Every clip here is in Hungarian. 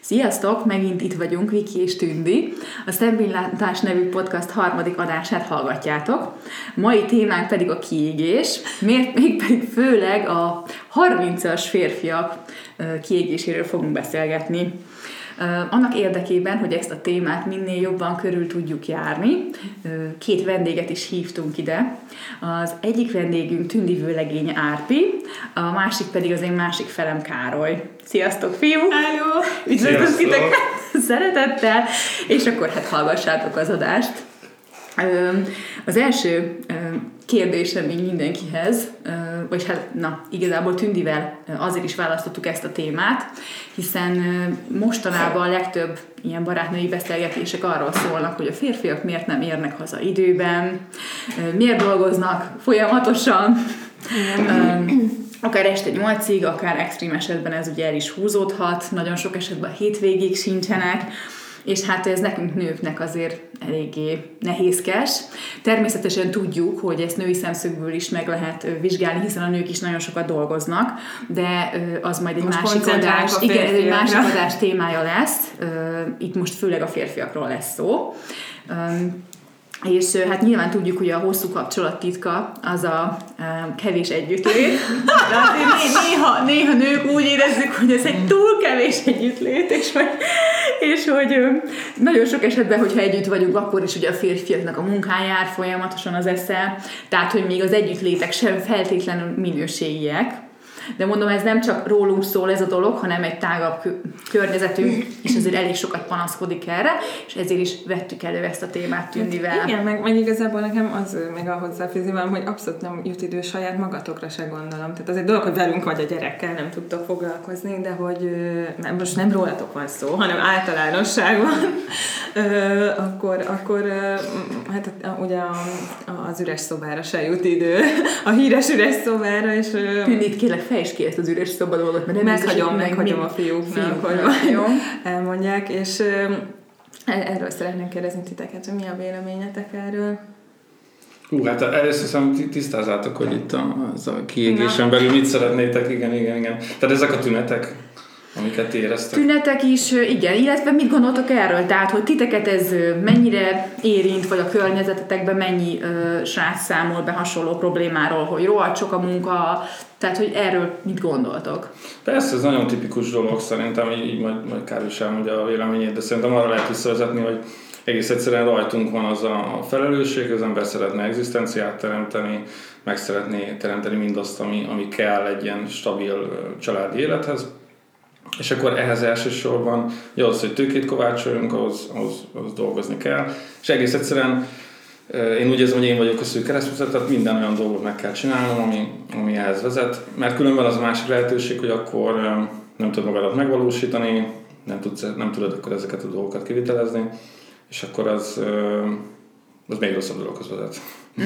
Sziasztok! Megint itt vagyunk, Viki és Tündi. A Szempillantás nevű podcast harmadik adását hallgatjátok. Mai témánk pedig a kiégés, mégpedig főleg a 30-as férfiak kiégéséről fogunk beszélgetni. Annak érdekében, hogy ezt a témát minél jobban körül tudjuk járni, két vendéget is hívtunk ide. Az egyik vendégünk Tündi vőlegény Árpi, a másik pedig az én másik felem Károly. Sziasztok, fiúk! Hello! Üdvözlök titeket szeretettel, és akkor hát hallgassátok az adást. Az első kérdésem így mindenkihez, vagy hát igazából Tündivel azért is választottuk ezt a témát, hiszen mostanában a legtöbb ilyen barátnői beszélgetések arról szólnak, hogy a férfiak miért nem érnek haza időben, miért dolgoznak folyamatosan, akár este 8-ig, akár extrém esetben ez ugye el is húzódhat, nagyon sok esetben a hétvégig sincsenek, és hát ez nekünk nőknek azért eléggé nehézkes. Természetesen tudjuk, hogy ezt női szemszögből is meg lehet vizsgálni, hiszen a nők is nagyon sokat dolgoznak, de az majd egy másik adás, igen, ez egy másik adás témája lesz. Itt most főleg a férfiakról lesz szó. És hát nyilván tudjuk, hogy a hosszú kapcsolat titka az a kevés együttlét. De azért néha nők úgy érezzük, hogy ez egy túl kevés együttlét, és hogy nagyon sok esetben, hogyha együtt vagyunk, akkor is ugye a férfiaknak a munkán jár folyamatosan az esze, tehát hogy még az együttlétek sem feltétlenül minőségiek. De mondom, ez nem csak rólunk szól ez a dolog, hanem egy tágabb környezetünk, és azért elég sokat panaszkodik erre, és ezért is vettük elő ezt a témát Tündivel. Igen, meg igazából nekem az meg a hozzáfűzőm, hogy abszolút nem jut idő saját magatokra se gondolom. Tehát az egy dolog, hogy velünk vagy a gyerekkel nem tudtok foglalkozni, de hogy most nem rólatok van szó, hanem általánosságban, akkor hát ugye az üres szobára se jut idő, a híres üres szobára, és... Tündit, kérlek, fejtsd ki ezt az üres szoba dolgot, mert meghagyom a fiúknak, hogy elmondják, és erről szeretnénk kérdezni titeket, hogy mi a véleményetek erről? Hát először hiszem tisztázzátok, hogy itt az a kiégésen belül mit szeretnétek, igen. Tehát ezek a tünetek, amiket éreztek. Tünetek is, igen, illetve mit gondoltok erről? Tehát, hogy titeket ez mennyire érint, vagy a környezetetekben mennyi srác számol be hasonló problémáról, hogy rohadt sok a munka, tehát, hogy erről mit gondoltok? Persze, ez nagyon tipikus dolog szerintem, így majd Károly is elmondja a véleményét, de szerintem arra lehet visszavezetni, hogy egész egyszerűen rajtunk van az a felelősség, az ember szeretne egzisztenciát teremteni, meg szeretné teremteni mindazt, ami kell egy ilyen stabil családi élethez. És akkor ehhez elsősorban az, hogy tőkét kovácsoljunk, ahhoz dolgozni kell. És egész egyszerűen én úgy érzem, hogy én vagyok a szűk keresztmetszet, tehát minden olyan dolgot meg kell csinálnom, ami ehhez vezet. Mert különben az a másik lehetőség, hogy akkor nem tudod magadat megvalósítani, nem tudod akkor ezeket a dolgokat kivitelezni, és akkor az még rosszabb dologhoz vezet.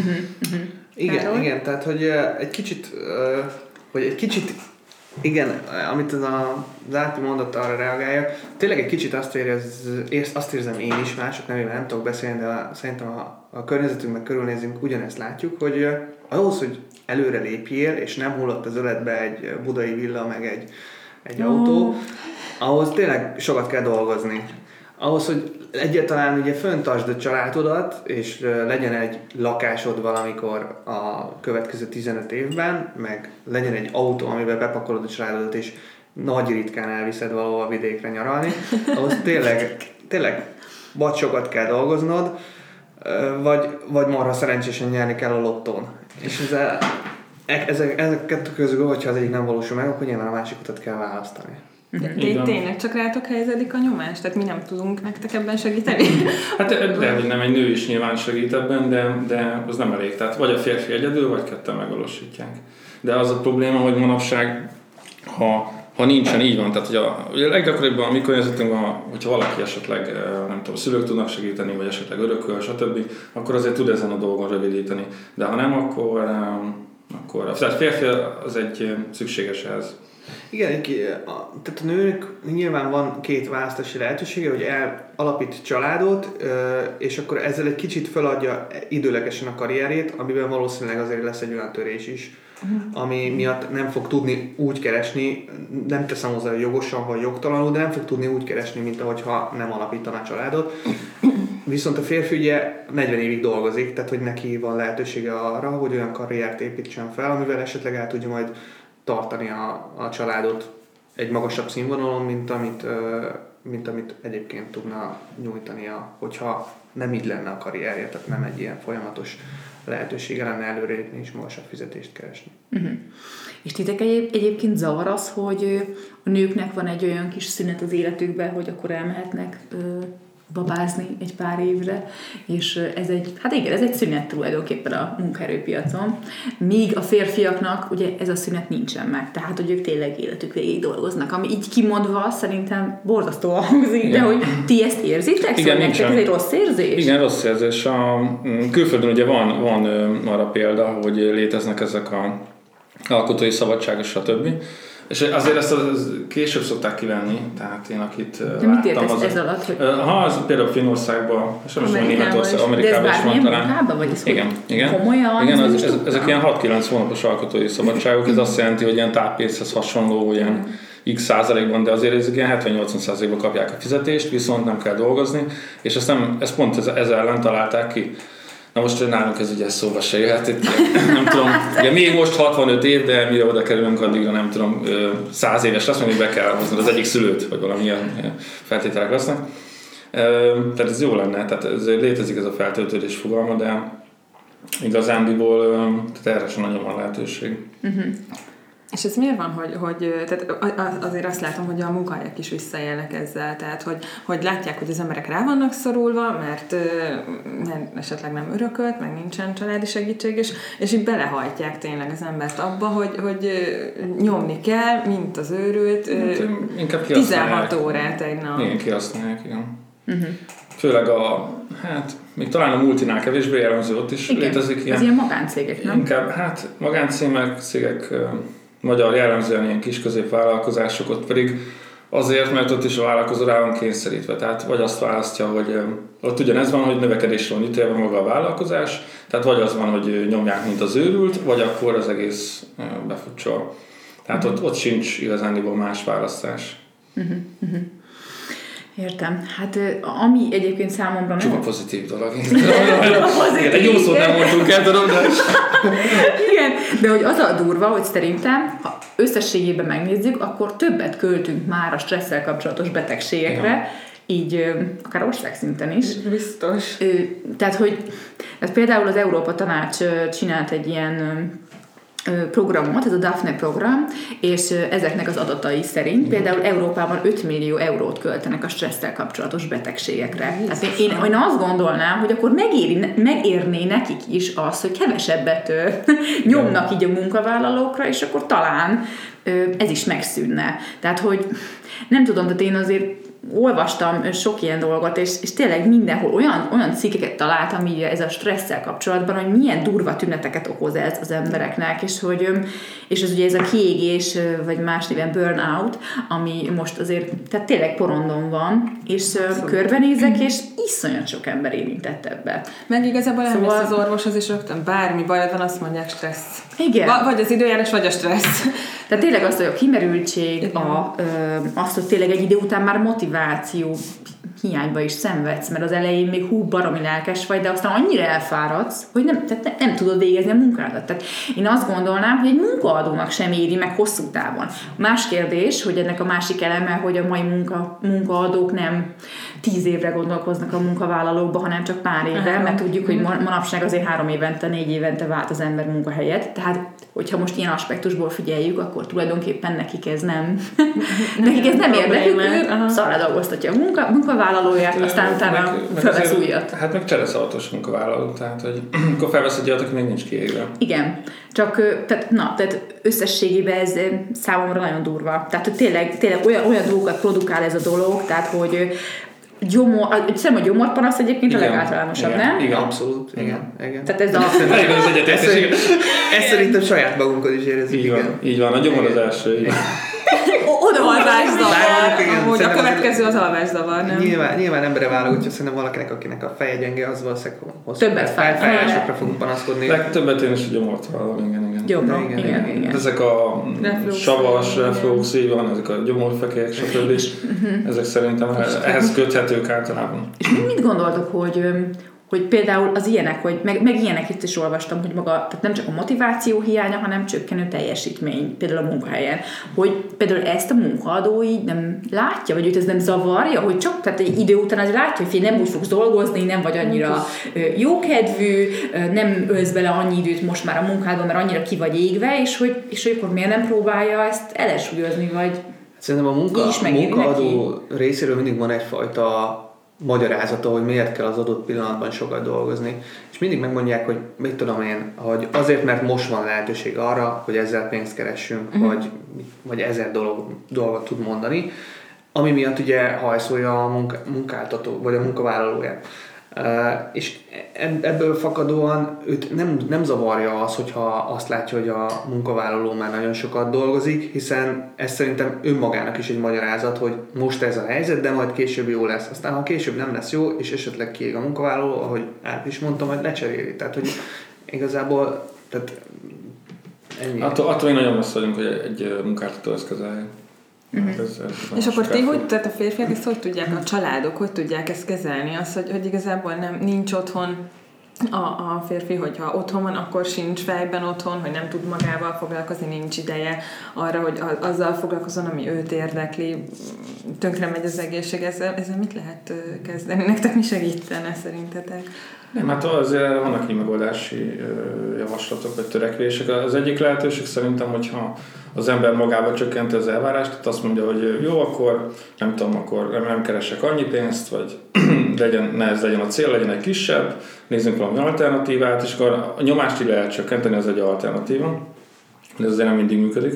Igen, tehát hogy egy kicsit igen, amit az Árpi mondott, arra reagáljak. Tényleg egy kicsit azt érzem én is, mások nevében nem tudok beszélni, de szerintem a környezetünkben körülnézünk, ugyanezt látjuk, hogy ahhoz, hogy előre lépjél, és nem hullott az öletbe egy budai villa, meg egy autó, ahhoz tényleg sokat kell dolgozni. Ahhoz, hogy egyáltalán ugye föntartsd a családodat, és legyen egy lakásod valamikor a következő 15 évben, meg legyen egy autó, amiben bepakolod a családodat, és nagy ritkán elviszed valahol vidékre nyaralni, ahhoz tényleg vagy sokat kell dolgoznod, vagy marha szerencsésen nyerni kell a lottón. És ezeket közül, hogyha az egyik nem valósul meg, akkor nyilván a másik utat kell választani. De tényleg csak rátok helyezedik a nyomás? Tehát mi nem tudunk nektek ebben segíteni? Hát de hogy nem, egy nő is nyilván segít ebben, de az nem elég. Tehát vagy a férfi egyedül, vagy ketten megvalósítják. De az a probléma, hogy manapság, ha nincsen, így van. Tehát hogy a leggyakoribban a mi környezetünkben, hogyha valaki esetleg, nem tudom, szülők tudnak segíteni, vagy esetleg örököl, stb., akkor azért tud ezen a dolgon rövidíteni. De ha nem, akkor tehát férfi az egy szükséges ehhez. Igen, tehát a nőnek nyilván van két választási lehetősége, hogy alapít családot, és akkor ezzel egy kicsit feladja időlegesen a karrierét, amiben valószínűleg azért lesz egy olyan törés is, ami miatt nem fog tudni úgy keresni, nem teszem hozzá, hogy jogosan vagy jogtalanul, de nem fog tudni úgy keresni, mint ahogyha nem alapítaná családot. Viszont a férfi ugye 40 évig dolgozik, tehát hogy neki van lehetősége arra, hogy olyan karriert építsen fel, amivel esetleg el tudja majd tartani a családot egy magasabb színvonalon, mint amit egyébként tudna nyújtania, hogyha nem így lenne a karrierje, tehát nem egy ilyen folyamatos lehetősége lenne előrelépni és magasabb fizetést keresni. És titek egyébként zavar az, hogy a nőknek van egy olyan kis szünet az életükben, hogy akkor elmehetnek babázni egy pár évre, és ez egy szünet tulajdonképpen a munkaerőpiacon. Míg a férfiaknak ugye ez a szünet nincsen meg, tehát hogy ők tényleg életük végig dolgoznak, ami így kimondva szerintem borzasztóan hangzik, de hogy ti ezt érzitek? Igen, szóval nektek ez egy rossz érzés? Igen, rossz érzés. A külföldön ugye van arra példa, hogy léteznek ezek a alkotói szabadságos, stb. És azért ezt később szokták kivenni, tehát én akit de mit értesz ez alatt? Hogy... ez például Finnországban, és most Németország, Amerikában is van talán. Munkában, vagy ez igen. Komolyan? Igen, ezek ilyen 6-9 hónapos alkotói szabadságok, ez azt jelenti, hogy ilyen táppénzhez hasonló, ilyen x százalékban, de azért ez ilyen 70-80%-ban kapják a fizetést, viszont nem kell dolgozni, és ezt pont ez ellen találták ki. Na most nálunk ez ugye szóba se jöhet, nem tudom, ugye még most 65 év, de mire oda kerülünk, addigra nem tudom, 100 éves lesz, még be kell hozni az egyik szülőt, vagy valamilyen feltételek lesznek. Tehát ez jó lenne, tehát ez létezik ez a feltöltődés fogalma, de igazándiból tehát erre sem nagyon van lehetőség. És ez miért van, hogy tehát azért azt látom, hogy a munkahelyek is visszaélnek ezzel, tehát hogy látják, hogy az emberek rá vannak szorulva, mert esetleg nem örökölt, meg nincsen családi segítség, és így belehajtják tényleg az embert abba, hogy nyomni kell, mint az őrült, 16 órát egy nap. Igen, kihasználják, igen. Főleg még talán a multinál kevésbé jellemző, ott is igen, létezik ilyen. Ez ilyen magáncégek, nem? Inkább, magáncégek, magyar jellemzően ilyen kis középvállalkozások, ott pedig azért, mert ott is a vállalkozó rá van kényszerítve. Tehát vagy azt választja, hogy ott ugyanez van, hogy növekedésre van ítélve maga a vállalkozás, tehát vagy az van, hogy nyomják, mint az őrült, vagy akkor az egész befutsol. Tehát ott sincs igazániból más választás. Értem. Hát ami egyébként számomra nem... Csak a pozitív dolog. Egy jó szót nem mondtunk el, tudom, de... Igen, de hogy az a durva, hogy szerintem, ha összességében megnézzük, akkor többet költünk már a stresszel kapcsolatos betegségekre, így akár országszinten is. Biztos. Tehát, hogy például az Európa Tanács csinált egy ilyen programot, ez a Daphne program, és ezeknek az adatai szerint például Európában 5 millió eurót költenek a stresszel kapcsolatos betegségekre. Tehát én azt gondolnám, hogy akkor megérné nekik is az, hogy kevesebbet nyomnak így a munkavállalókra, és akkor talán ez is megszűnne. Tehát, hogy nem tudom, de én azért olvastam sok ilyen dolgot, és tényleg mindenhol olyan cikkeket találtam így ez a stresszel kapcsolatban, hogy milyen durva tüneteket okoz ez az embereknek, és ez ugye ez a kiégés, vagy más néven burnout, ami most azért, tehát tényleg porondon van, és körbenézek, és iszonyat sok ember érintett ebbe. Meg igazából elmész az orvoshoz, és rögtön bármi bajod van, azt mondják stressz. Igen. Vagy az időjárás, vagy a stressz. Tehát tényleg azt, hogy a kimerültség, azt, hogy tényleg egy idő után már motiváció hiányba is szenvedsz, mert az elején még baromi lelkes vagy, de aztán annyira elfáradsz, hogy nem tudod végezni a munkádat. Tehát én azt gondolnám, hogy egy munkaadónak sem éri meg hosszú távon. Más kérdés, hogy ennek a másik eleme, hogy a mai munkaadók nem 10 évre gondolkoznak a munkavállalókba, hanem csak pár évre, mert tudjuk, hogy manapság azért 3 évente, 4 évente vált az ember munkahelyet. Tehát, hogyha most ilyen aspektusból figyeljük, akkor tulajdonképpen nekik ez nem érdekük, ő szarra dolgoztatja a munkavállalóját, aztán utána felvesz újat. Hát meg csereszalatos munkavállaló, tehát hogy akkor felvesz egy olyat, aki még nincs kiégve. Igen, csak tehát összességében ez számomra nagyon durva. Tehát tényleg olyan dolgokat produkál ez a dolog, tehát hogy hiszem, a gyomorpanasz egyébként a legáltalánosabb, nem? Igen, abszolút. Igen. Tehát ez a... Ezt szerintem saját magunkon is érezzük. Így van, a gyomor az első. alvászavar. Amúgy a következő az alvászavar, nem? Nyilván emberre válogatja, szerintem valakinek, akinek a feje gyenge, az valószínűleg többet fájásokra fogunk panaszkodni. Legtöbbet én is a gyomort vállom, igen. Igen. Ezek a savas, reflux, így van, ezek a gyomorfekélyek, stb. Ezek szerintem ehhez köthetők általában. És mit gondoltok, hogy például az ilyenek, hogy meg ilyenek itt is olvastam, hogy maga, tehát nem csak a motiváció hiánya, hanem csökkenő teljesítmény, például a munkahelyen, hogy például ezt a munkaadó így nem látja, vagy őt ez nem zavarja, hogy csak, tehát egy idő után az látja, hogy nem úgy fogsz dolgozni, nem vagy annyira jókedvű, nem ölsz bele annyi időt most már a munkádban, mert annyira ki vagy égve, és hogy akkor miért nem próbálja ezt ellensúlyozni, vagy szerintem a munkaadó részéről mindig van egyfajta magyarázata, hogy miért kell az adott pillanatban sokat dolgozni. És mindig megmondják, hogy mit tudom én, hogy azért, mert most van lehetőség arra, hogy ezzel pénzt keressünk, vagy 1000 dolgot tud mondani, ami miatt ugye hajszolja a munkáltató, vagy a munkavállalóját. És ebből fakadóan őt nem zavarja az, hogyha azt látja, hogy a munkavállaló már nagyon sokat dolgozik, hiszen ez szerintem önmagának is egy magyarázat, hogy most ez a helyzet, de majd később jó lesz. Aztán ha később nem lesz jó, és esetleg kiég a munkavállaló, ahogy át is mondtam, majd lecseréli. Tehát, hogy igazából ennyi. Attól még nagyon messze vagyunk, hogy egy munkáltató ezt kezelje. És akkor ti hogy, tehát a férfiak ezt hogy tudják, a családok hogy tudják ezt kezelni? Az, hogy igazából nincs otthon a férfi, hogyha otthon van, akkor sincs fejben otthon, hogy nem tud magával foglalkozni, nincs ideje arra, hogy azzal foglalkozzon, ami őt érdekli, tönkre megy az egészség. Ezzel mit lehet kezdeni? Nektek mi segítene szerintetek? Nem, hát azért vannak így megoldási javaslatok, vagy törekvések. Az egyik lehetőség szerintem, hogyha az ember magába csökkenti az elvárást, tehát azt mondja, hogy jó, akkor nem tudom, akkor nem keresek annyi pénzt, vagy ez legyen a cél, legyen egy kisebb, nézzünk valami alternatívát, és akkor a nyomást így lehet csökkenteni, az egy alternatíva, de ez azért nem mindig működik.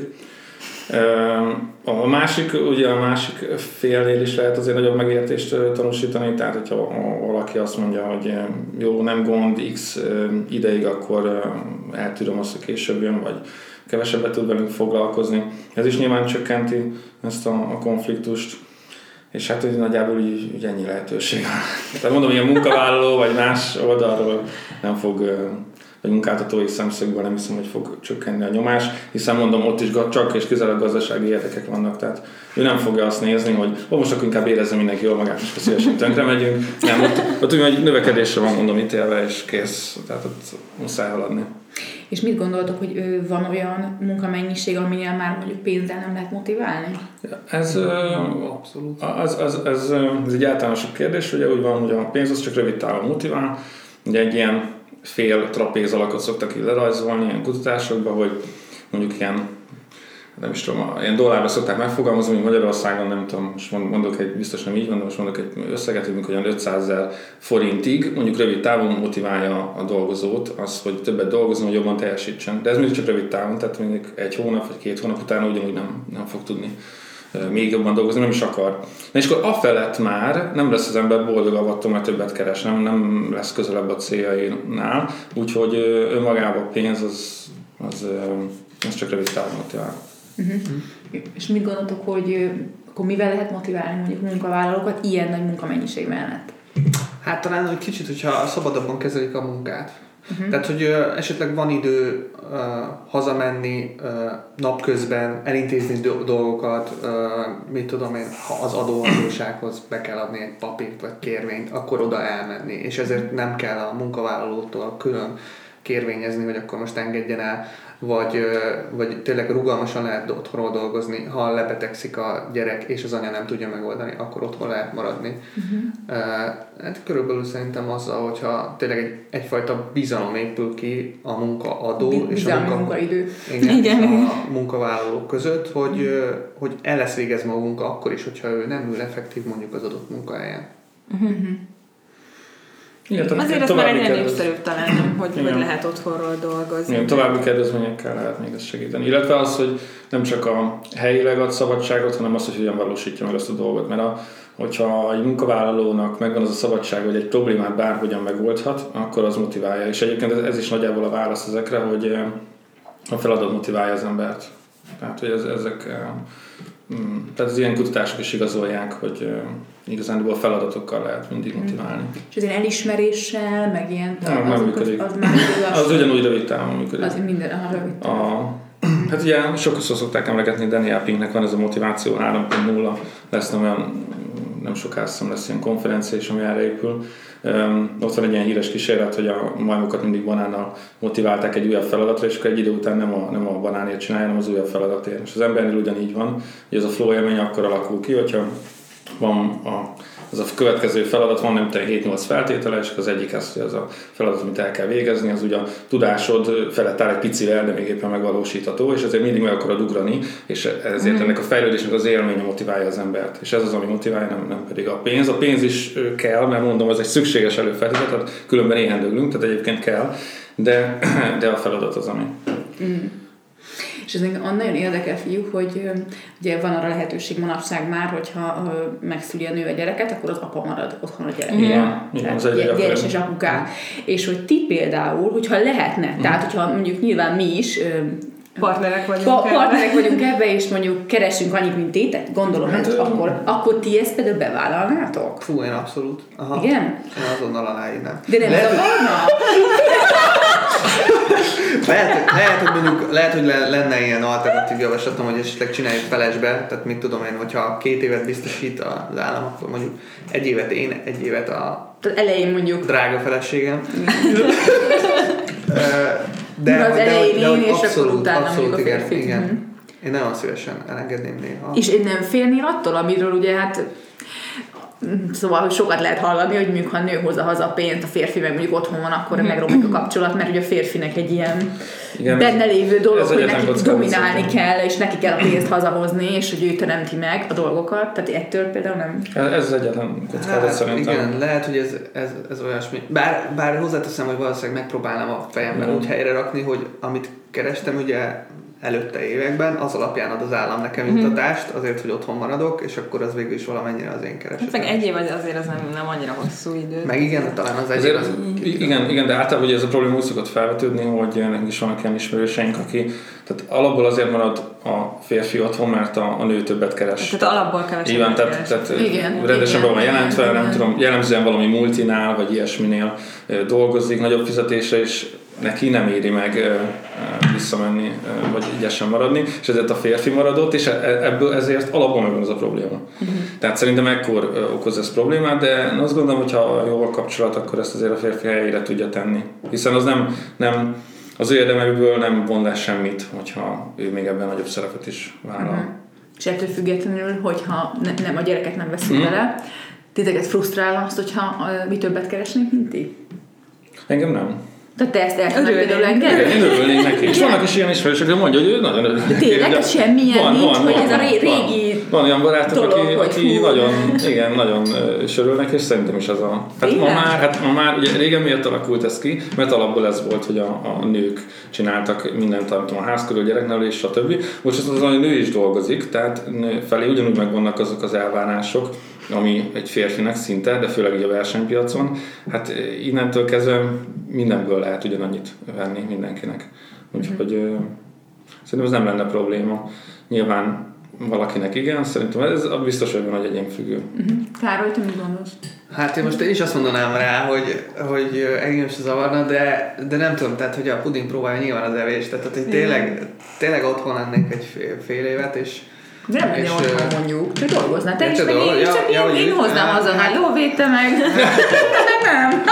A másik félnél is lehet azért nagyobb megértést tanúsítani, tehát hogyha valaki azt mondja, hogy jó, nem gond, x ideig, akkor eltűröm azt, hogy később jön, vagy kevesebbet tud velünk foglalkozni. Ez is nyilván csökkenti ezt a konfliktust, és hát hogy nagyjából így ennyi lehetőség. Tehát mondom, hogy a munkavállaló vagy más oldalról nem fog, vagy munkáltatói szemszögből nem hiszem, hogy fog csökkenni a nyomás, hiszen mondom, ott is csak és kizárólag gazdasági érdekek vannak, tehát ő nem fogja azt nézni, hogy most akkor inkább érezze mindenki jól magát, és szívesen tönkre megyünk. Nem, ott úgy, hogy növekedésre van, mondom, ítélve, és kész, tehát ott muszáj haladni. És mit gondoltok, hogy van olyan munkamennyiség, aminél már mondjuk pénzzel nem lehet motiválni? Ez abszolút. Ez egy általánosabb kérdés, ugye úgy van, hogy a pénz az csak rövid távon motivál. Ugye egy ilyen fél trapéz alakot szoktak így lerajzolni ilyen kutatásokban, hogy mondjuk ilyen, nem is tudom, ilyen dollárra szokták megfogalmazni, hogy Magyarországon, nem tudom, most mondok egy, biztos nem így van, de most mondok egy összeget, hogy olyan 500 000 forintig, mondjuk rövid távon motiválja a dolgozót az, hogy többet dolgozni, hogy jobban teljesítsen. De ez mindig csak rövid távon, tehát mindig 1 hónap vagy 2 hónap után ugyanúgy nem fog tudni még jobban dolgozni, nem is akar. Na és akkor afelett már nem lesz az ember boldogabb attól, mert többet keres, nem lesz közelebb a céljainál, úgyhogy önmagában a pénz az csak rövid távon motivál. És mit gondoltok, hogy akkor mivel lehet motiválni mondjuk munkavállalókat ilyen nagy munkamennyiségben mellett? Hát talán egy kicsit, hogyha szabadabban kezelik a munkát. Tehát, hogy esetleg van idő hazamenni napközben, elintézni dolgokat, mit tudom én, ha az adóhatósághoz be kell adni egy papírt vagy kérvényt, akkor oda elmenni, és ezért nem kell a munkavállalótól külön kérvényezni, hogy akkor most engedjen el, vagy tényleg rugalmasan lehet otthonról dolgozni, ha lebetegszik a gyerek, és az anya nem tudja megoldani, akkor otthon lehet maradni. Hát körülbelül szerintem azzal, hogyha tényleg egyfajta bizalom épül ki a munkaadó és a munkaidő. Igen. A munkavállalók között, hogy el lesz végezve a munka akkor is, hogyha ő nem ül effektív mondjuk az adott munkahelyen. Igen, azért ez már egyre népszerűbb talán, hogy lehet otthonról dolgozni. Igen, további kedvezményekkel lehet még ezt segíteni. Illetve az, hogy nem csak a helyileg ad szabadságot, hanem az, hogy hogyan valósítja meg ezt a dolgot. Mert hogyha egy munkavállalónak megvan az a szabadság, hogy egy problémát bárhogyan megoldhat, akkor az motiválja. És egyébként ez is nagyjából a válasz ezekre, hogy a feladat motiválja az embert. Tehát, hogy ezek tehát az ilyen kutatások is igazolják, hogy igazándiból feladatokkal lehet mindig motiválni. És az ilyen elismeréssel, meg ilyen... Nem működik. Az ugyanúgy rövid távon működik. Az minden rövid távon. Hát ugye sokszor szokták emlegetni, Daniel Pinknek van ez a motiváció 3.0, lesz nem soká lesz ilyen konferencia is, ami erre épül. Ott van egy ilyen híres kísérlet, hogy a majmokat mindig banánnal motiválták egy újabb feladatra, és akkor egy idő után nem a banánért csinálja, hanem az újabb feladatért. És az embernél ugyanígy van, hogy ez a flow élmény akkor alakul ki, hogyha van az a következő feladat, van nem 7-8 feltétele, és az egyik az, hogy az a feladat, amit el kell végezni, az ugye a tudásod felett áll egy picivel, de még éppen megvalósítható, és ezért mindig meg akarod ugrani, és ezért ennek a fejlődésnek az élménye motiválja az embert. És ez az, ami motiválja, nem pedig a pénz. A pénz is kell, mert mondom, ez egy szükséges előfeltétel, tehát különben éhen döglünk, tehát egyébként kell, de a feladat az, ami... És ez nagyon érdekel, fiú, hogy ugye van arra lehetőség manapság már, hogyha megszüli a nő a gyereket, akkor az apa marad otthon a gyerekkel. Gyerek és apukák. És hogy ti például, hogyha lehetne, tehát hogyha mondjuk nyilván mi is partnerek vagyunk ebbe, és mondjuk keresünk annyit, mint ti, tehát gondolom, akkor ti ezt például bevállalnátok? Fú, én abszolút. Aha. Igen? Én azonnal aláírnám. De nem zavarna? Lehet, hogy lenne ilyen alternatív javaslatom, hogy esetleg csináljuk felesbe, tehát mit tudom én, hogyha 2 évet biztosít az állam, akkor mondjuk 1 évet én, 1 évet a elején mondjuk drága feleségem. De az elején én, és akkor utána abszolút, a férfi. igen. Én nagyon szívesen elengedném néha. És én nem félnél attól, amiről ugye hát szóval, hogy sokat lehet hallani, hogy mondjuk, ha a nő hozza haza a pénzt, a férfi meg mondjuk otthon van, akkor megromlik a kapcsolat, mert ugye a férfinek egy ilyen benne lévő dolog, hogy neki dominálni kell, és neki kell a pénzt hazahozni, és hogy ő teremti meg a dolgokat, tehát ettől például nem... Ez az egyetlen kockázat szerintem. Igen, lehet, hogy ez olyasmi. Bár hozzáteszem, hogy valószínűleg megpróbálnám a fejemben úgy helyre rakni, hogy amit kerestem ugye előtte években, az alapján ad az állam nekem juttatást, azért, hogy otthon maradok, és akkor az végül is valamennyire az én keresetem. Meg 1 év azért az nem annyira hosszú idő. Meg igen, talán az 1 év az... Igen, de általában ugye ez a probléma úgy szokott felvetődni, hogy nekünk is vannak ilyen ismerőseink, aki, tehát alapból azért marad a férfi otthon, mert a nő többet keres. Tehát alapból kevesebbet keres. Tehát rendesen be van jelentve, nem tudom, jellemzően valami multinál, vagy ilyesminél dolgozik, nagyobb fizetése, és neki nem éri meg visszamenni, vagy ügyesen maradni, és ezért a férfi maradott, és ebből ezért alapból megvan az a probléma. Tehát szerintem ekkor okoz ez problémát, de én azt gondolom, hogy ha jó a kapcsolat, akkor ezt azért a férfi helyére tudja tenni. Hiszen az nem az ő érdemekből nem von le semmit, hogyha ő még ebben nagyobb szerepet is vállal. És ettől függetlenül, hogyha nem a gyereket nem veszünk bele, titeket frusztrál azt, hogyha mi többet keresnénk, mint ti? Engem nem. Tehát te ezt el tudod például engedni? Én örülnék neki. És vannak is ilyen ismerősök, de mondja, hogy ő nagyon örül. Tényleg, ez semmilyen nincs, hogy ez a régi van olyan barátok, dolog, aki nagyon örülnek, és szerintem is az a... Ma már ugye régen miért alakult ez ki? Mert alapból ez volt, hogy a nők csináltak mindent, a házkörül, gyereknevelés, stb. Most az a nő is dolgozik, tehát nő felé ugyanúgy megvannak azok az elvárások, ami egy férfinek szinte, de főleg így a versenypiacon. Hát innentől kezdve mindenből lehet ugyanannyit venni mindenkinek. Úgyhogy szerintem ez nem lenne probléma. Nyilván valakinek igen, szerintem ez biztos, hogy nagy egyénfüggő. Károly, te mit gondolsz? Hát én most is azt mondanám rá, hogy engem is zavarna, de nem tudom, tehát hogy a puding próbálja nyilván az evés, tehát hogy tényleg otthon lennék egy fél évet, és de nem lenni otthon mondjuk, csak dolgoznál. Te is meg én is, csak én hoznám haza, hát lóvéte meg. Nem.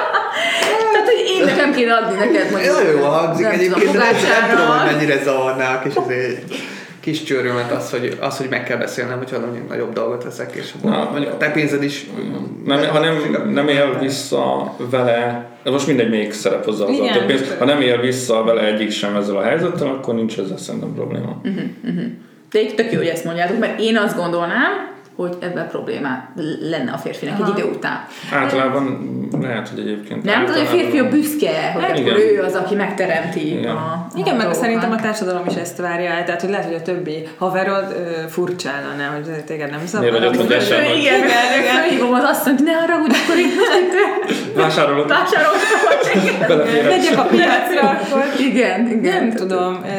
Tehát, hogy én nekem kéne adni neked mondjuk. Jó hangzik egyébként, de nem tudom, hogy mennyire zavarnák, és azért kis csőrömet az, hogy meg kell beszélnem, hogyha mondjuk nagyobb dolgot veszek, és mondjuk a te pénzed is... Ha nem él vissza vele, most mindegy, még szerep hozzá az a több pénz, ha nem él vissza vele egyik sem ezzel a helyzettel, akkor nincs ezzel szerintem probléma. De így tök jó, hogy ezt mondjátok, mert én azt gondolnám, hogy ebben problémá lenne a férfinak egy idő után. Általában lehet, hogy egyébként... Nem tudom, hogy a férfi a büszke, hogy akkor ő az, aki megteremti Igen, meg szerintem a társadalom is ezt várja el, tehát hogy lehet, hogy a többi haverod furcsálna, hogy téged nem zavar. Miért vagy ott esen? Igen, felhívom az asszonyt, ne haragudj, akkor itt vásárolok. Megyek a piacra, akkor... Igen. Nem tudom, ez...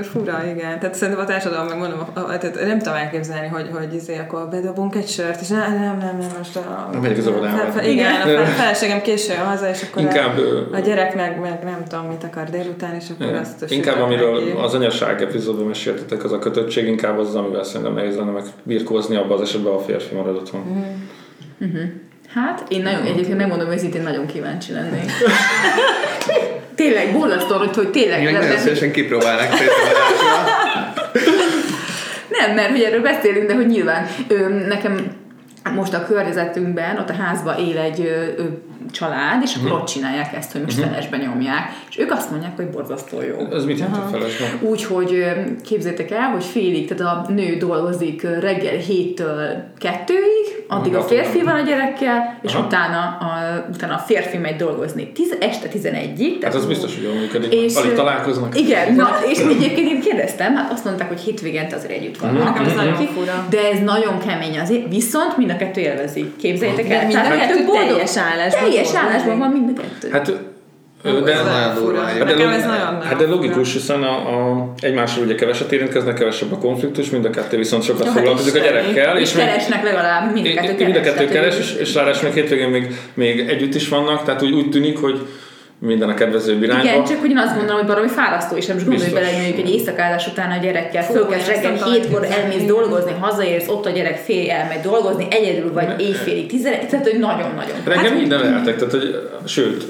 fura, igen. Tehát szerintem a társadalom, megmondom, tehát nem tudom elképzelni, hogy akkor bedobunk egy sört, és nem, most nem megyek az óvodába. Igen, a feleségem későn haza, és akkor inkább, a gyerek meg nem tudom, mit akar délután, és akkor azt inkább amiről az anyaság epizódban meséltetek, az a kötöttség, inkább az, amivel szerintem nehéz lenne meg birkózni, abban az esetben a férfi marad otthon. Hát, én egyébként megmondom őszintén, nagyon kíváncsi lennék. Tényleg, borzasztó, hogy tényleg... Én nagyon szívesen kipróbálnák szétszabadásra. Nem, mert hogy erről beszélünk, de hogy nyilván nekem most a környezetünkben, ott a házban él egy család, és akkor ott csinálják ezt, hogy most felesbe nyomják. És ők azt mondják, hogy borzasztó jó. Ez mit jelent a felesbe? Úgyhogy képzeljétek el, hogy félig, tehát a nő dolgozik reggel 7-től 2-ig, addig a férfi van a gyerekkel, és utána a férfi megy dolgozni este 11-ig. Hát az biztos, hogy jól működik. Alig találkoznak. Igen, és egyébként én kérdeztem, hát azt mondták, hogy hétvégente azért együtt vannak. Ez nagyon fura. De ez nagyon kemény azért, viszont mind a kettő élvezik. Képzeljétek el. Mind a kettő teljes állásban. Teljes állásban van mind a kettő. Hát de logikus, hiszen egymással ugye keveset érintkeznek, kevesebb a konfliktus, mind a kettő viszont sokat foglalkozik a gyerekkel. És keresnek legalább, mind a kettő keres. És ráadásul még hétvégén még együtt is vannak, tehát úgy tűnik, hogy minden a kedvezőbb irányba. Igen, csak hogy én azt gondolom, hogy baromi fárasztó, és nem is gondolj bele, hogy egy éjszakázás után a gyerekkel fölkelsz reggel 7-kor elmész dolgozni, hazaérsz, ott a gyerek fél elmegy dolgozni, egyedül vagy éjfélig 11, tehát hogy nagyon-nagyon. Reggel minden lehetek, tehát hogy sőt,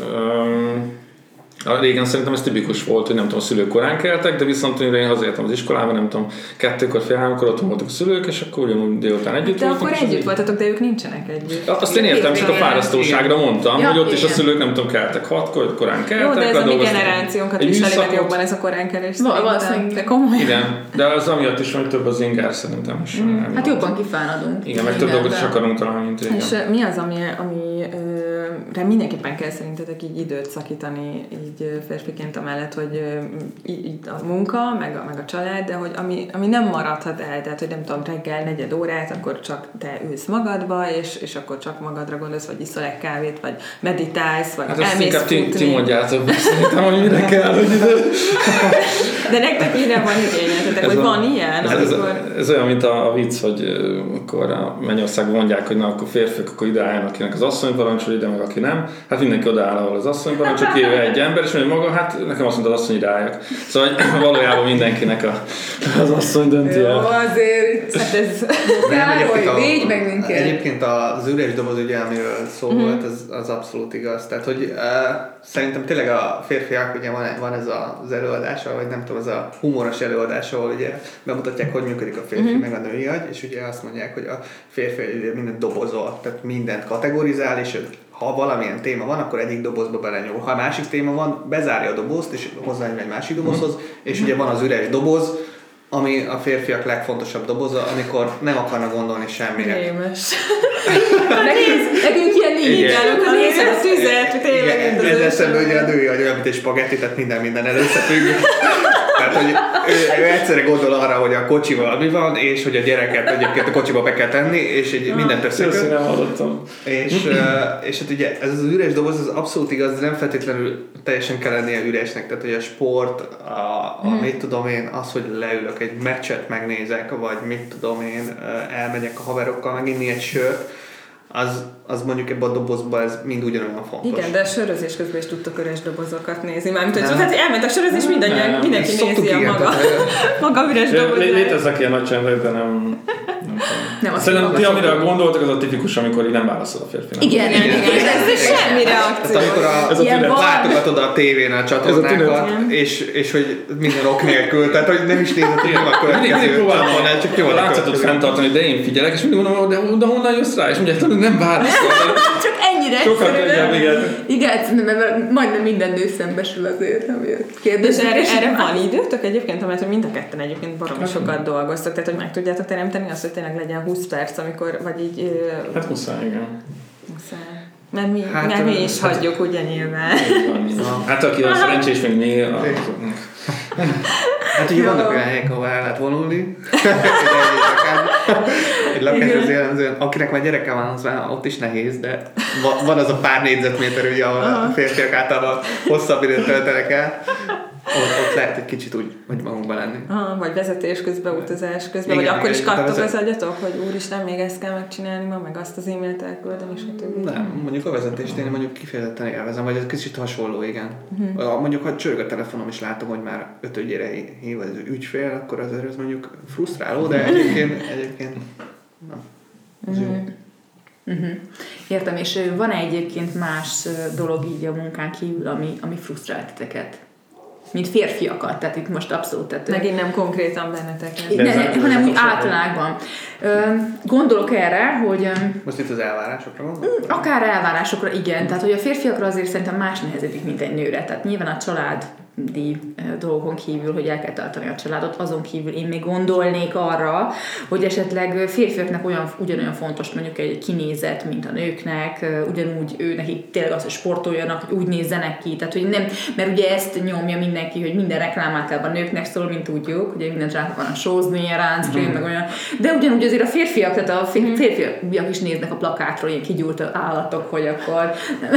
régen szerintem ez tipikus volt, hogy nem tudom, a szülők korán keltek, de viszont én hazaértem az iskolában, nem tudom, 2-kor, fél 3-kor otthon voltak a szülők, és akkor ugyanúgy délután együtt de voltunk. De akkor együtt voltatok, de ők nincsenek együtt. Azt én értem, csak a fárasztóságra mondtam, hogy ott is a szülők nem tudom, keltek 6-kor, korán keltek. Jó, de ez a mi generációnkat viseli meg jobban ez a koránkelés. Valószínűleg. Igen, de az amiatt is van, több az inger szerintem. Hát jobban kifáradunk. Igen, meg több dolgot is akarunk találni, mint régen. És mi az, amire mindenképpen kell szerintetek így időt szakítani így férfiként amellett, hogy így a munka, meg a család, de hogy ami nem maradhat el, tehát hogy nem tudom, reggel 4 órát, akkor csak te ülsz magadba, és akkor csak magadra gondolsz, vagy iszol egy kávét, vagy meditálsz, vagy elmész futni. Ti mondjátok, szerintem, hogy mire kell, hogy idő. De nektek mire van igényetek, hogy van ilyen? Ez olyan, mint a vicc, hogy akkor a Mennyországban mondják, hogy na, akkor férfiak, akkor ide álljon, akinek az asszony parancsol, ide meg aki nem. Hát mindenki odaáll, ahol az asszony parancsol, kijöve egy ember, és mondja maga, hát nekem azt mondta az asszony, ide álljak. Szóval valójában mindenkinek az asszony dönti el. Jó, azért. Hát ez védj meg minket. Egyébként az üres doboz, ugye, amiről szó volt, az abszolút igaz. Tehát, hogy szerintem tényleg a férfiak, ugye van ez az előadása, vagy nem tudom, ez a humoros előadás, ahol ugye bemutatják, hogy működik a férfi meg a női agy, és ugye azt mondják, hogy a férfi mindent dobozol, tehát mindent kategorizál, és ha valamilyen téma van, akkor egyik dobozba belenyúl. Ha másik téma van, bezárja a dobozt, és hozzányúl egy másik dobozhoz, és ugye van az üres doboz, ami a férfiak legfontosabb doboza, amikor nem akarnak gondolni semmire. Rémes. Nekünk ilyen nincs. Az észre a tüzet, tényleg. Ez eszembe ugye a női agy olyan, mint egy spagetti, tehát minden összefügg. Tehát, hogy ő egyszerre gondol arra, hogy a kocsival mi van, és hogy a gyereket egyébként a kocsiba be kell tenni, és egy mindent összeköt. És hát ugye ez az üres doboz, az abszolút igaz, de nem feltétlenül teljesen kell lennie üresnek. Tehát, hogy a sport, mit tudom én, az, hogy leülök egy meccset megnézek, vagy mit tudom én, elmegyek a haverokkal meginni egy sört, az mondjuk ebben a dobozban ez mind ugyanolyan fontos. Igen, de a sörözés közben is tudtok üres dobozokat nézni. Mármint, hogy hát elment a sörözés, mindenki nézi a maga üres dobozát. Léteznek ilyen nagy csendek, de nem szerintem ti, amire gondoltak, az a tipikus, amikor így nem válaszol a férfinak. Igen. Ez semmi reakció. Amikor látogatod a tévén a csatornákat, és hogy minden ok nélkül, tehát hogy nem is nézed, hogy nem a következő. Mindig próbálom a látszatot fenntartani, de én figyelek, és mindig mondom, de honnan jössz rá? És mondják, nem válaszol. Csak ennyire egyszerűen. Igen, mert majdnem minden nő szembesül azért, kérdés. Erre van időtök egyébként, mert mind a ketten egyébként baromi sokat dolgoztok, tehát hogy meg tudjátok teremteni azt, hogy tényleg legyen 20 perc, amikor, vagy így... Hát muszáj, igen. Muszáj. Mert mi is hagyjuk, ugye nyilván. Hát aki a szerencsés, meg mi... Hát ugye vannak olyan helyek, ahol el lehet vonulni. Egy lakáshoz jellemzően, akinek már gyereke van, az már ott is nehéz, de van az a pár négyzetméter, ugye, ahol a férfiak általában hosszabb időt töltenek el. ott lehet egy kicsit úgy, hogy magunkban lenni. Vagy vezetés közben, utazás közben, vagy akkor is kattog az agyatok, hogy úristen, még ezt kell megcsinálni ma, meg azt az e-mailt elküldeni, és a többi. Nem, mondjuk a vezetést én mondjuk kifejezetten élvezem, vagy ez kicsit hasonló, igen. Mondjuk, ha csörög a telefonom, és látom, hogy már 5-ödjére hív az ügyfél, akkor azért ez mondjuk frusztráló, de egyébként na, ez jó. Értem, és van-e egyébként más dolog így a munkán kívül, ami frusztrál titeket? Mint férfiakat, tehát itt most abszolút... Tehát, megint nem konkrétan benneteket. Hanem úgy általában. Gondolok erre, hogy... Most itt az elvárásokra gondolok? Akár elvárásokra, igen. Tehát, hogy a férfiakra azért szerintem más nehezedik, mint egy nőre. Tehát nyilván a családi dolgokon kívül, hogy el kell tartani a családot, azon kívül én még gondolnék arra, hogy esetleg férfiaknak ugyanolyan fontos mondjuk egy kinézet, mint a nőknek, ugyanúgy ő nekik tényleg az, hogy sportoljanak, hogy úgy nézzenek ki, tehát hogy nem, mert ugye ezt nyomja mindenki, hogy minden reklám általában nőknek szól, mint tudjuk, ugye mindent rá akarnak sózni, ilyen ránckrém, meg olyan, de ugyanúgy azért a férfiak, tehát a férfiak is néznek a plakátról ilyen kigyúrt állatok, hogy akkor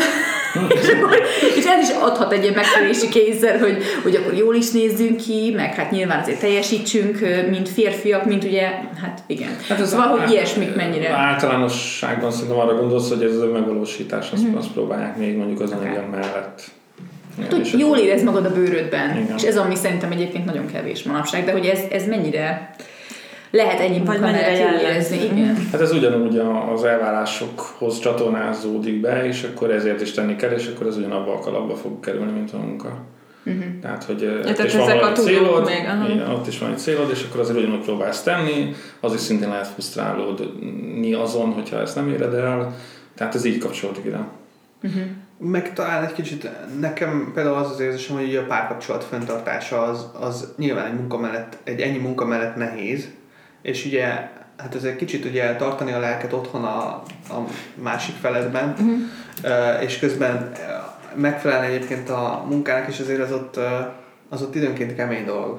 és ez is adhat egy ilyen megfelelési kézzel, hogy akkor jól is nézzünk ki, meg hát nyilván azért teljesítsünk, mint férfiak, mint ugye, hát igen. Hát ez szóval, hogy ilyesmik mennyire. Általánosságban szerintem arra gondolsz, hogy ez a megvalósítás, azt próbálják még mondjuk az anyagok mellett. Jól érez magad a bőrödben, igen. És ez ami szerintem egyébként nagyon kevés manapság, de hogy ez mennyire lehet ennyi munka mellett jól érezni. Igen. Hát ez ugyanúgy az elvárásokhoz csatornázódik be, és akkor ezért is tenni kell, és akkor ez ugyanabba a kalapba fog kerülni, mint a munka. Tehát, hogy ott is van valami célod, igen, ott is van egy célod, és akkor azért ugyanúgy próbálsz tenni, az is szintén lehet frusztrálódni azon, hogyha ezt nem éred el. Tehát ez így kapcsolódik ide. Meg talán egy kicsit, nekem például az érzésem, hogy a párkapcsolat fenntartása az nyilván egy ennyi munka mellett nehéz, és ugye hát ez egy kicsit ugye tartani a lelket otthon a másik feledben, és közben megfelelni egyébként a munkának, és azért az ott időnként kemény dolog.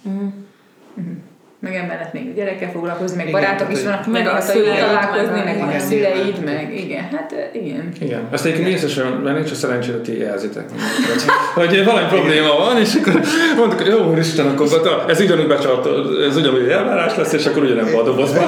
Meg emellett még gyerekkel foglalkozni, meg igen, barátok is vannak, meg a szüleid találkozni, meg a szüleid, meg igen, hát igen. Igen, ezt egyébként észesen venni, csak szerencsére ti jelzitek. Hogy valami probléma van, és akkor mondtuk, hogy jó, Isten, akkor ez ugyanúgy becsartol, ez ugyanúgy elvárás lesz, és akkor ugyanebben a dobozban.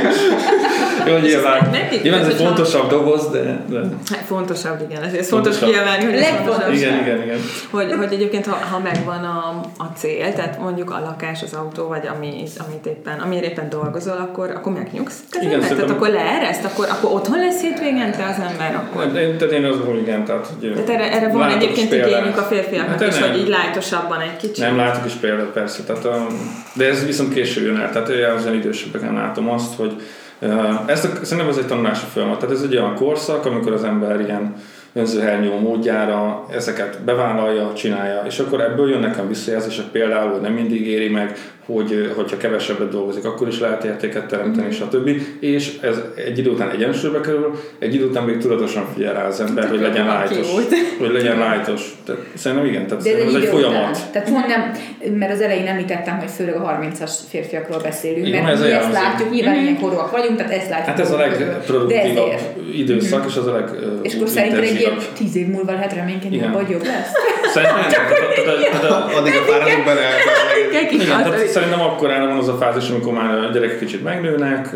Jó, nyilván ez egy fontosabb doboz, de... Fontosabb, igen. Ez fontos kiemelni, hogy ez fontosabb. Igen. Hogy egyébként, ha megvan a cél, tehát mondjuk a lakás, az autó, vagy amiért éppen dolgozol, akkor megnyugsz. Tehát akkor leereszt, akkor otthon lesz hétvégente az ember, akkor... Tehát én azt mondom, igen, tehát... Erre van egyébként igényük a férfiaknak is, hogy így lájtosabban egy kicsit. Nem, látok is példát, persze. Tehát de ez viszont később jön el. Tehát az olyan idősebbeken látom azt, hogy szerintem ez egy tanulási folyamat. Tehát ez egy olyan korszak, amikor az ember ilyen önzőhernyó módjára ezeket bevállalja, csinálja, és akkor ebből jönnek nekem visszajelzések, például, hogy nem mindig éri meg, hogyha kevesebbet dolgozik, akkor is lehet értéket teremteni, stb. És ez egy idő után egyensúlyba kerül, egy idő után még tudatosan figyel rá az ember, hogy legyen lájtos. Szerintem igen, tehát ez egy folyamat. Tehát pont nem, mert az elején említettem, hogy főleg a 30-as férfiakról beszélünk, mert mi ezt látjuk, nyilván ilyen korúak vagyunk, tehát ezt látjuk. Hát ez a legproduktívabb időszak, és az a legintenzívabb. És akkor szerintem egy ilyen 10 év múlva lehet reménykedni, hogy vagy jobb lesz. Szerintem addig a fáradunk bele. Szerintem akkor van az a fázis, amikor már a gyerekek kicsit megnőnek,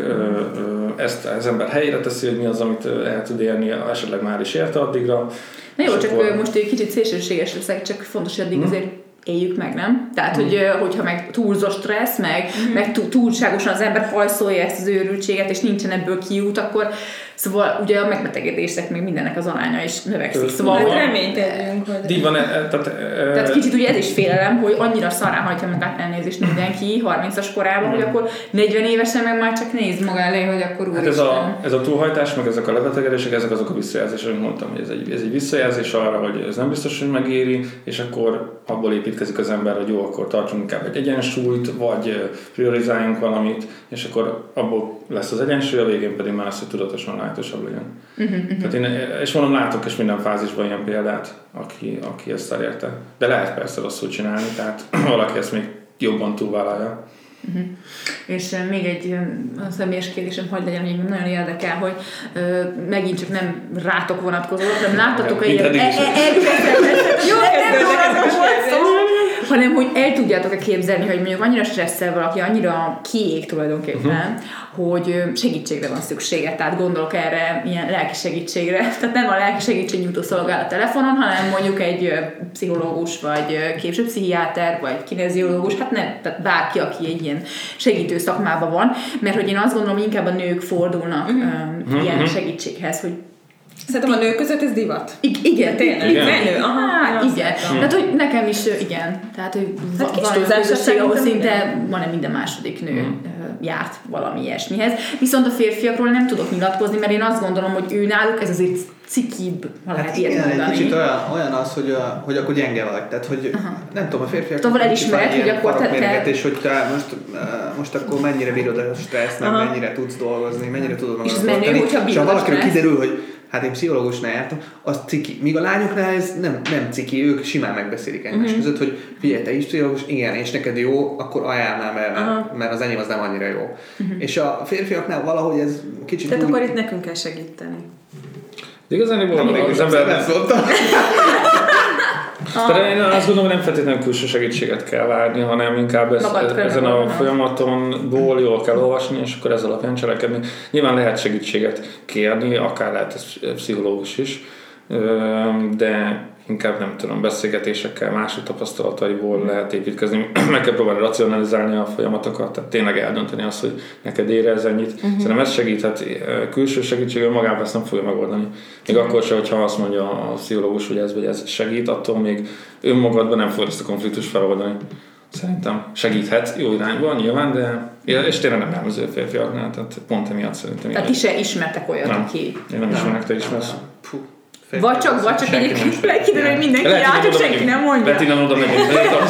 ezt az ember helyére teszi, hogy mi az, amit el tud érni, esetleg már is érte addigra. Na jó, csak most egy kicsit szélsőséges leszek, csak fontos, hogy addig azért éljük meg, nem? Tehát, hogyha meg túlzó stressz, meg túlságosan az ember hajszolja ezt az őrültséget, és nincsen ebből kiút, akkor szóval ugye a megbetegedések még mindennek az aránya is növekszik. Szóval reménykedünk. Így van, tehát kicsit ugye ez is félelem, hogy annyira szarán hajtja magát elnézést mindenki 30-as korában, hogy akkor 40 évesen meg már csak néz maga elé, hogy akkor úristen. Hát ez a túlhajtás, meg ezek a lebetegedések, ezek azok a visszajelzések, amit mondtam, hogy ez egy visszajelzés arra, hogy ez nem biztos, hogy megéri, és akkor abból építkezik az ember, hogy jó, akkor tartsunk inkább egy egyensúlyt, vagy priorizáljunk valamit, és akkor abból lesz az egyensúly, a végén pedig már az, hogy tudatosan lájtosabb legyen. Tehát és mondom, látok is minden fázisban ilyen példát, aki ezt elérte. De lehet persze rosszul csinálni, tehát valaki ezt még jobban túlvállalja. És még egy személyes kérdésem, hogy legyen, hogy nagyon érdekel, hogy megint csak nem rátok vonatkozó, nem láttatok egy hanem hogy el tudjátok-e képzelni, hogy mondjuk annyira stresszel valaki, annyira kiég tulajdonképpen, hogy segítségre van szüksége. Tehát gondolok erre ilyen lelki segítségre. Tehát nem a lelki segítségnyújtó szolgál a telefonon, hanem mondjuk egy pszichológus, vagy később pszichiáter, vagy kineziológus, hát nem, tehát bárki, aki egy ilyen segítő szakmában van, mert hogy én azt gondolom, hogy inkább a nők fordulnak ilyen segítséghez, hogy szerintem a nők között ez divat. Igen, tényleg. Igen. Igen. Tehát, hogy nekem is igen. Tehát, hogy van olyan közösség, ahol szinte majdnem minden második nő járt valami ilyesmihez. Viszont a férfiakról nem tudok nyilatkozni, mert én azt gondolom, hogy ő náluk ez azért cikibb, ha lehet ilyet mondani. Egy kicsit olyan az, hogy akkor gyenge vagy. Tehát, hogy nem tudom, a férfiak... Tavall elismert, hogy akkor te... És hogy te most akkor mennyire bírod a stressz, meg mennyire tudsz dolgozni, mennyire tudod magad tartani. És ha valakiről kiderül, hogy hát én pszichológusnál jártam, az ciki. Míg a lányoknál ez nem ciki, ők simán megbeszélik egymás között, hogy figyelj, te is pszichológus, igen, és neked jó, akkor ajánlnám el, mert az enyém az nem annyira jó. És a férfiaknál valahogy ez kicsit... Tehát akkor itt nekünk kell segíteni. De igazán az ember... De én azt gondolom, hogy nem feltétlenül külső segítséget kell várni, hanem inkább ezen a folyamatonból jól kell olvasni, és akkor ez alapján cselekedni. Nyilván lehet segítséget kérni, akár lehet ez pszichológus is, de inkább nem tudom, beszélgetésekkel, mások tapasztalataiból lehet építkezni. Meg kell próbálni racionalizálni a folyamatokat, tehát tényleg eldönteni azt, hogy neked érez ennyit. Szerintem ez segíthet, külső segítség önmagában ezt nem fogja megoldani. Még akkor sem, hogyha azt mondja a pszichológus, hogy ez vagy ez segít, attól még önmagadban nem fog ezt a konfliktust feloldani. Szerintem segíthet jó irányban nyilván, de és tényleg nem jellemző férfiaknál, tehát pont emiatt szerintem. Tehát ti se ismertek olyat, aki... Én nem ismerek, te ismersz. Vagy csak egyébként lekiderül, hogy mindenki áll, csak senki nem mondja. Lett innen oda megyünk.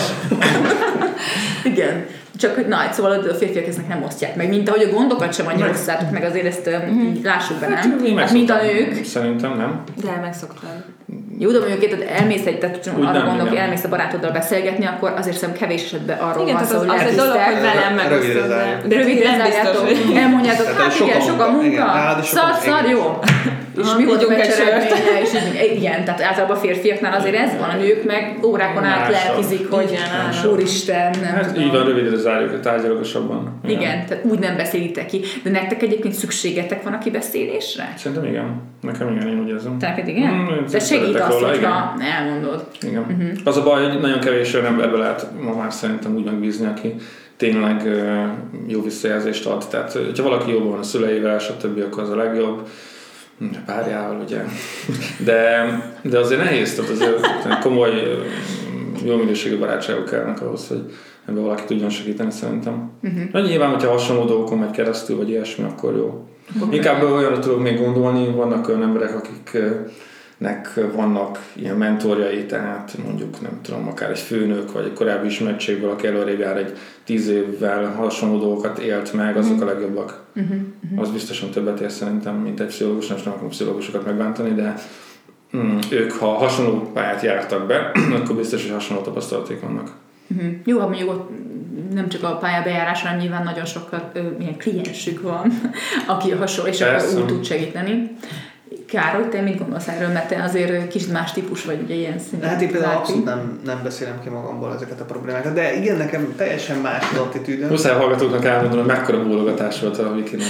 Igen. Csak szóval a férfiak eznek nem osztják meg, mint ahogy a gondokat sem annyira osztátok meg, azért ezt lássuk be, nem? Hát, mint a nők. Szerintem nem. De megszoktad. Jó, de mondjuk arra gondolok, hogy elmész a barátoddal beszélgetni, akkor azért szerintem kevés esetben arról van szó, hogy az egy dolog, hogy velem megosztod. De rövidre zárjátok. Elmondjátok, hát igen, sok a munka, szar, jó. És mi volt a meccs eredménye, és igen, tehát általában a férfiaknál azért ez van, a nők meg órákon át lelkizik, hogy úristen, nem hát tudom. Így van, rövidre zárjuk, tárgyalogosabban. Igen, tehát úgy nem beszélitek ki. De nektek egyébként szükségetek van a kibeszélésre? Szerintem igen. Nekem igen, én úgy érzem. Tehát igen? De segít az, hogyha elmondod. Igen. Az a baj, hogy nagyon kevés olyan emberbe lehet ma már szerintem úgy megbízni, aki tényleg jó visszajelzést ad. Tehát, hogyha valaki jobban van a szüleivel, stb., akkor az a legjobb. Párjával, ugye. De azért nehéz, tehát azért komoly, jó minőségű barátságok kellene ahhoz, hogy ebben valaki tudjon segíteni szerintem. Nyilván, hogyha hasonló dolgokon megy keresztül, vagy ilyesmi, akkor jó. Inkább olyanra tudok még gondolni, vannak olyan emberek, akiknek vannak ilyen mentorjai, tehát mondjuk nem tudom, akár egy főnök, vagy egy korábbi ismertségből, aki előrébb jár egy 10 évvel hasonló dolgokat élt meg, azok a legjobbak. Az biztosan többet ér szerintem, mint egy pszichológus, nem akarom pszichológusokat megbántani, de ők, ha hasonló pályát jártak be, akkor biztos, hogy hasonló tapasztalaték vannak. Jó, ha mondjuk ott nem csak a pályabejárás, hanem nyilván nagyon sok ilyen kliensük van, aki hasonló, és akkor úgy tud segíteni. Károly, te mit gondolsz erről, mert te azért kicsit más típus vagy, ugye ilyen szinten. Hát én például abszolút nem beszélem ki magamból ezeket a problémákat, de igen, nekem teljesen más az attitűdöm. Muszáj a hallgatóknak elmondanom, hogy mekkora bólogatás volt a Wikinek.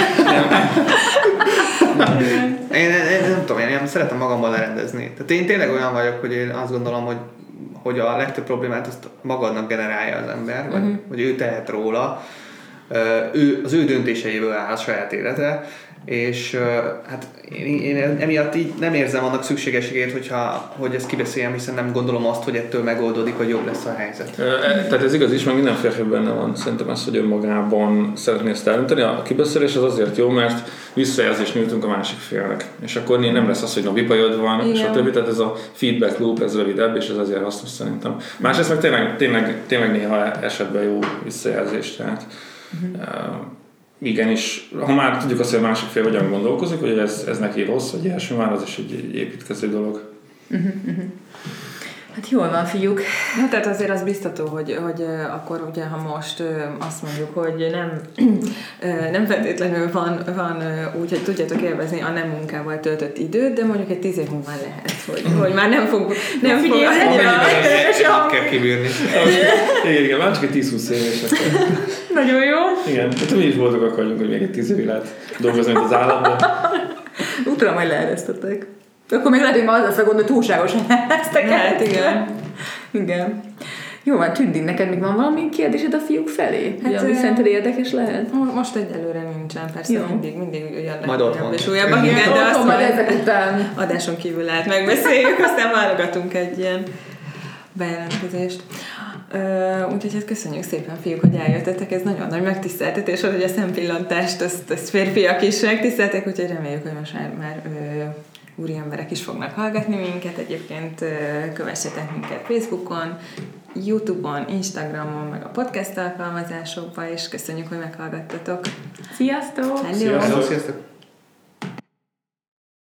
Én nem tudom, én szeretem magammal lerendezni. Tehát én tényleg olyan vagyok, hogy én azt gondolom, hogy a legtöbb problémát azt magadnak generálja az ember, vagy ő tehet róla. Az ő döntéseiből áll a saját élete, és hát én emiatt így nem érzem annak szükségességét, hogy ezt kibeszéljem, hiszen nem gondolom azt, hogy ettől megoldódik, vagy jobb lesz a helyzet. Tehát ez igaz is, meg minden férfi benne van. Szerintem ez, hogy önmagában szeretné ezt eldönteni. A kibeszélés az azért jó, mert visszajelzést nyújtunk a másik félnek. És akkor nem lesz az, hogy vipajod van, és a többi. Tehát ez a feedback loop, ez rövidebb, és ez azért hasznos szerintem. Másrészt meg tényleg néha esetben jó visszajelzés. Tehát igenis, ha már tudjuk azt, hogy a másik fél hogyan gondolkozik, hogy ez neki rossz, vagy ilyesmi, már az is egy építkező dolog. Hát jól van, fiúk. Na, tehát azért az biztató, hogy akkor ugye, ha most azt mondjuk, hogy nem feltétlenül van úgy, hogy tudjátok élvezni a nem munkával töltött időt, de mondjuk egy 10 év múlva lehet, hogy már nem fog kell kibírni. Igen, már csak egy 10-20 évesek. Nagyon jó. Igen, hát mi is boldogak vagyunk, hogy még egy 10 évig lehet dolgozni, mint az államban. Utána majd leeresztetek. Akkor még lehet, hogy ma az lesz a gond, hogy túlságosan leeresztek. Hát igen. Igen. Jó, van, Tündi, neked még van valami kérdésed a fiúk felé? Hát, ami szerinted érdekes lehet? Most egyelőre nincsen, persze mindig jönnek majd újabb és újabbak, igen, de azt majd ezek után adáson kívül lehet megbeszéljük, aztán válogatunk egy ilyen bejelentkezést. Úgyhogy hát köszönjük szépen, fiúk, hogy eljöttetek, ez nagyon nagy megtiszteltetés volt, hogy a szempillantást azt férfiak is megtisztelték, úgyhogy reméljük, hogy most már úri emberek is fognak hallgatni minket. Egyébként kövessetek minket Facebookon, YouTube-on, Instagramon, meg a podcast alkalmazásokban, és köszönjük, hogy meghallgattatok. Sziasztok! Hello. Sziasztok!